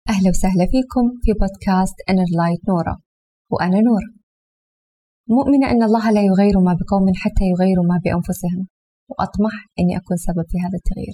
أهلا وسهلا فيكم في بودكاست Inner Light نورة، وأنا نور. مؤمنة أن الله لا يغير ما بقوم حتى يغيروا ما بأنفسهم، وأطمح أني أكون سبب في هذا التغيير.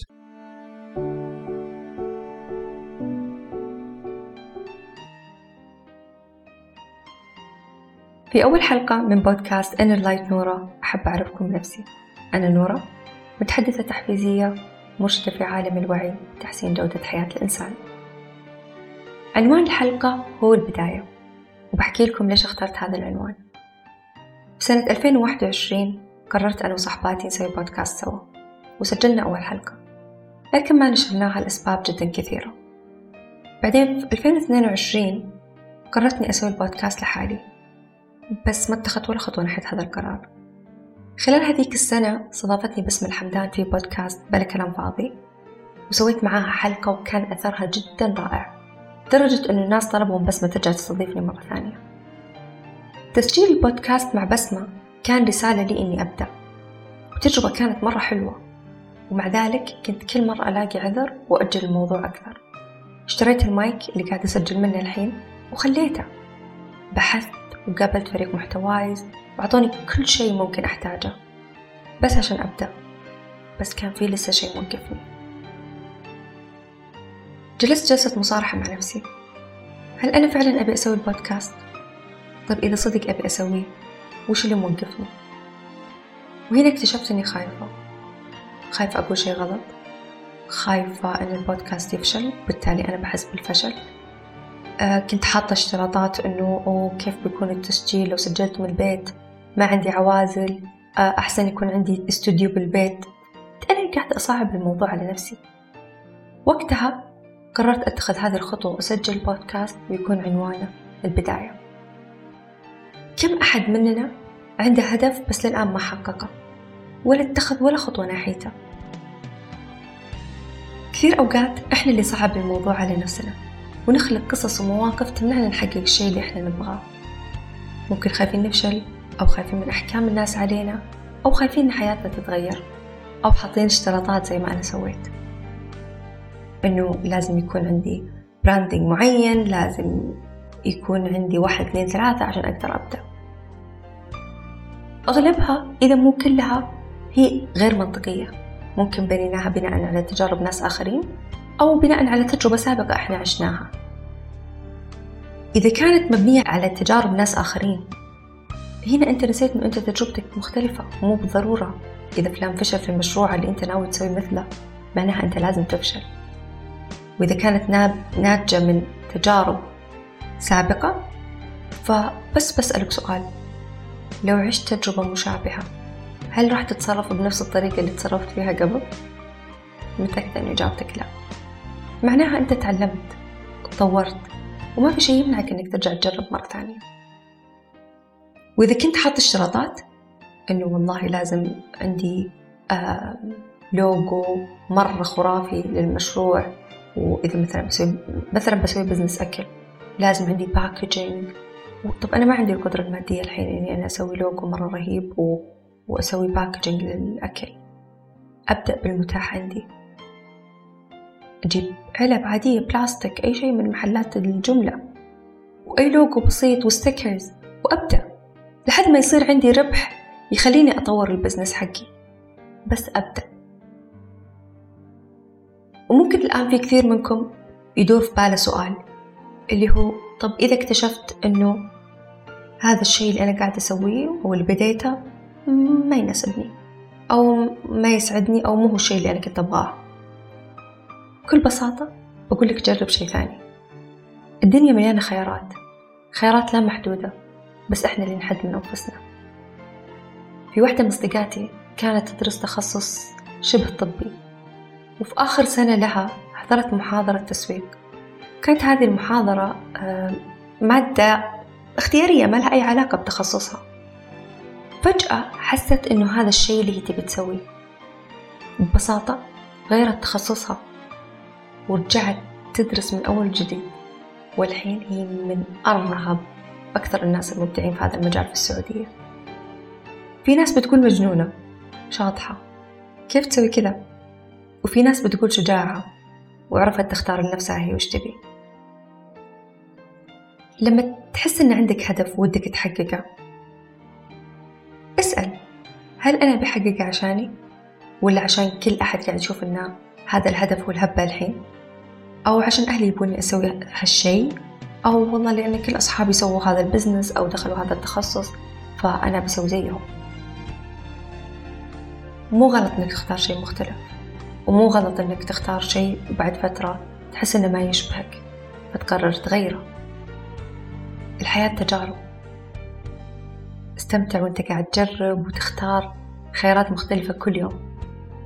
في أول حلقة من بودكاست Inner Light نورة أحب أعرفكم بنفسي. أنا نورة، متحدثة تحفيزية مرشدة في عالم الوعي وتحسين جودة حياة الإنسان. عنوان الحلقة هو البداية، وبحكي لكم ليش اخترت هذا العنوان. في سنة 2021 قررت أنا وصحباتي نسوي بودكاست سوا، وسجلنا أول حلقة، لكن ما نشرناها لأسباب جدا كثيرة. بعدين في 2022 قررت أني أسوي البودكاست لحالي، بس ما اتخذت ولا خطوة ناحية هذا القرار. خلال هذيك السنة صادفتني بسمة الحمدان في بودكاست بلا كلام فاضي، وسويت معاها حلقة وكان أثرها جدا رائع، لدرجة أن الناس طلبوا من بسمة ترجع تستضيفني مرة ثانية. تسجيل البودكاست مع بسمة كان رسالة لي إني أبدأ، وتجربة كانت مرة حلوة، ومع ذلك كنت كل مرة ألاقي عذر وأجل الموضوع أكثر. اشتريت المايك اللي قاعد أسجل منه الحين وخليته. بحثت وقابلت فريق محتوايز وعطوني كل شيء ممكن أحتاجه بس عشان أبدأ، بس كان في لسه شيء موقفني. جلست جلسة مصارحة مع نفسي، هل أنا فعلا أبي أسوي البودكاست؟ طيب إذا صدق أبي أسويه، وش اللي موقفني؟ وهنا اكتشفت أني خايفة أقول شيء غلط، خايفة أن البودكاست يفشل، بالتالي أنا بحس بالفشل. كنت حاطة اشتراطات أنه كيف بيكون التسجيل لو سجلت من البيت، ما عندي عوازل، أحسن يكون عندي استوديو بالبيت. أنا قاعدة أصعب الموضوع على نفسي. وقتها قررت أتخذ هذه الخطوة وأسجل بودكاست ويكون عنوانه البداية. كم أحد مننا عنده هدف بس للآن ما حققه ولا اتخذ ولا خطوة ناحيته؟ كثير أوقات إحنا اللي صعب الموضوع على نفسنا، ونخلق قصص ومواقف تمنعنا نحقق الشيء اللي إحنا نبغاه. ممكن خايفين نفشل، أو خايفين من أحكام الناس علينا، أو خايفين إن حياتنا تتغير، أو حاطين اشتراطات زي ما أنا سويت، إنه لازم يكون عندي براندنج معين، لازم يكون عندي 1 2 3 عشان أقدر أبدأ. أغلبها إذا مو كلها هي غير منطقية، ممكن بنيناها بناء على تجارب ناس آخرين، أو بناء على تجربة سابقة إحنا عشناها. إذا كانت مبنية على تجارب ناس آخرين، هنا أنت نسيت إنه أنت تجربتك مختلفة، مو بالضرورة إذا فلان فشل في المشروع اللي أنت ناوي تسوي مثله معناها أنت لازم تفشل. وإذا كانت ناتجة من تجارب سابقة، فبس بسألك سؤال، لو عشت تجربة مشابهة هل راح تتصرف بنفس الطريقة اللي تصرفت فيها قبل؟ متأكدة أن إجابتك لا. معناها أنت تعلمت وتطورت، وما في شيء يمنعك أنك ترجع تجرب مرة ثانية. وإذا كنت حاط اشتراطات أنه والله لازم عندي لوجو مرة خرافي للمشروع، وإذا مثلا بسوي بزنس أكل لازم عندي باكجينج، طب أنا ما عندي القدرة المادية الحين إني أنا أسوي لوجو مرة رهيب وأسوي باكجينج للأكل. أبدأ بالمتاح عندي، أجيب علب عادية بلاستيك، أي شيء من محلات الجملة، وأي لوجو بسيط وستيكرز، وأبدأ لحد ما يصير عندي ربح يخليني أطور البزنس حقي. بس أبدأ. وممكن الآن في كثير منكم يدور في باله سؤال اللي هو، طب إذا اكتشفت أنه هذا الشيء اللي أنا قاعدة أسويه أو اللي بديته ما يناسبني أو ما يسعدني أو مو هو الشيء اللي أنا كنت أبغاه؟ بكل بساطة بقول لك جرب شيء ثاني. الدنيا مليانة خيارات لا محدودة، بس إحنا اللي نحد من أنفسنا. في واحدة من أصدقاتي كانت تدرس تخصص شبه طبي، وفي آخر سنة لها حضرت محاضرة تسويق. كانت هذه المحاضرة مادة اختيارية ما لها أي علاقة بتخصصها. فجأة حست إنه هذا الشيء اللي هي تبي تسويه. ببساطة غيرت تخصصها ورجعت تدرس من أول جديد، والحين هي من أرهب أكثر الناس المبدعين في هذا المجال في السعودية. في ناس بتقول مجنونة شاطحة، كيف تسوي كذا؟ وفي ناس بتقول شجاعة وعرفت تختار لنفسها هي وش تبي. لما تحس أن عندك هدف ودك تحققه، اسأل: هل أنا بحققه عشاني؟ ولا عشان كل أحد قاعد يشوف أن هذا الهدف والهبة الحين؟ أو عشان أهلي يبوني أسوي هالشيء؟ أو والله لأن كل أصحابي سووا هذا البزنس أو دخلوا هذا التخصص فأنا بسوي زيهم. مو غلط أنك تختار شيء مختلف، ومو غلط أنك تختار شيء وبعد فترة تحس أنه ما يشبهك فتقرر تغيره. الحياة تجارب، استمتع وانت قاعد تجرب وتختار خيارات مختلفة كل يوم.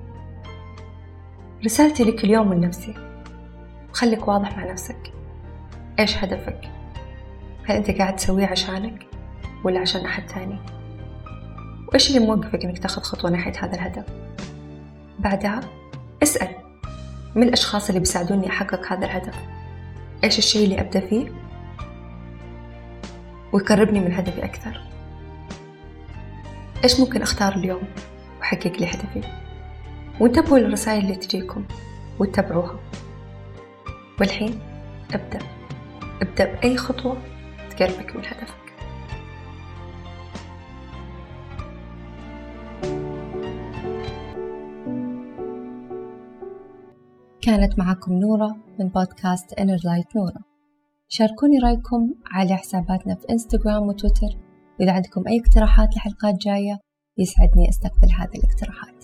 رسالتي لك اليوم من نفسي: خليك واضح مع نفسك. ايش هدفك؟ هل انت قاعد تسويه عشانك ولا عشان أحد تاني؟ وإيش اللي موقفك إنك تاخذ خطوة ناحية هذا الهدف؟ بعدها اسأل: من الأشخاص اللي بيساعدوني أحقق هذا الهدف؟ إيش الشيء اللي أبدأ فيه ويقربني من هدفي أكثر؟ إيش ممكن أختار اليوم وحقق لي هدفي؟ وانتبهوا للرسائل اللي تجيكم واتبعوها. والحين ابدأ بأي خطوة تقربك من هدفك. كانت معكم نورة من بودكاست Inner Light نورة. شاركوني رأيكم على حساباتنا في إنستغرام وتويتر، وإذا عندكم أي اقتراحات لحلقات جاية يسعدني أستقبل هذه الاقتراحات.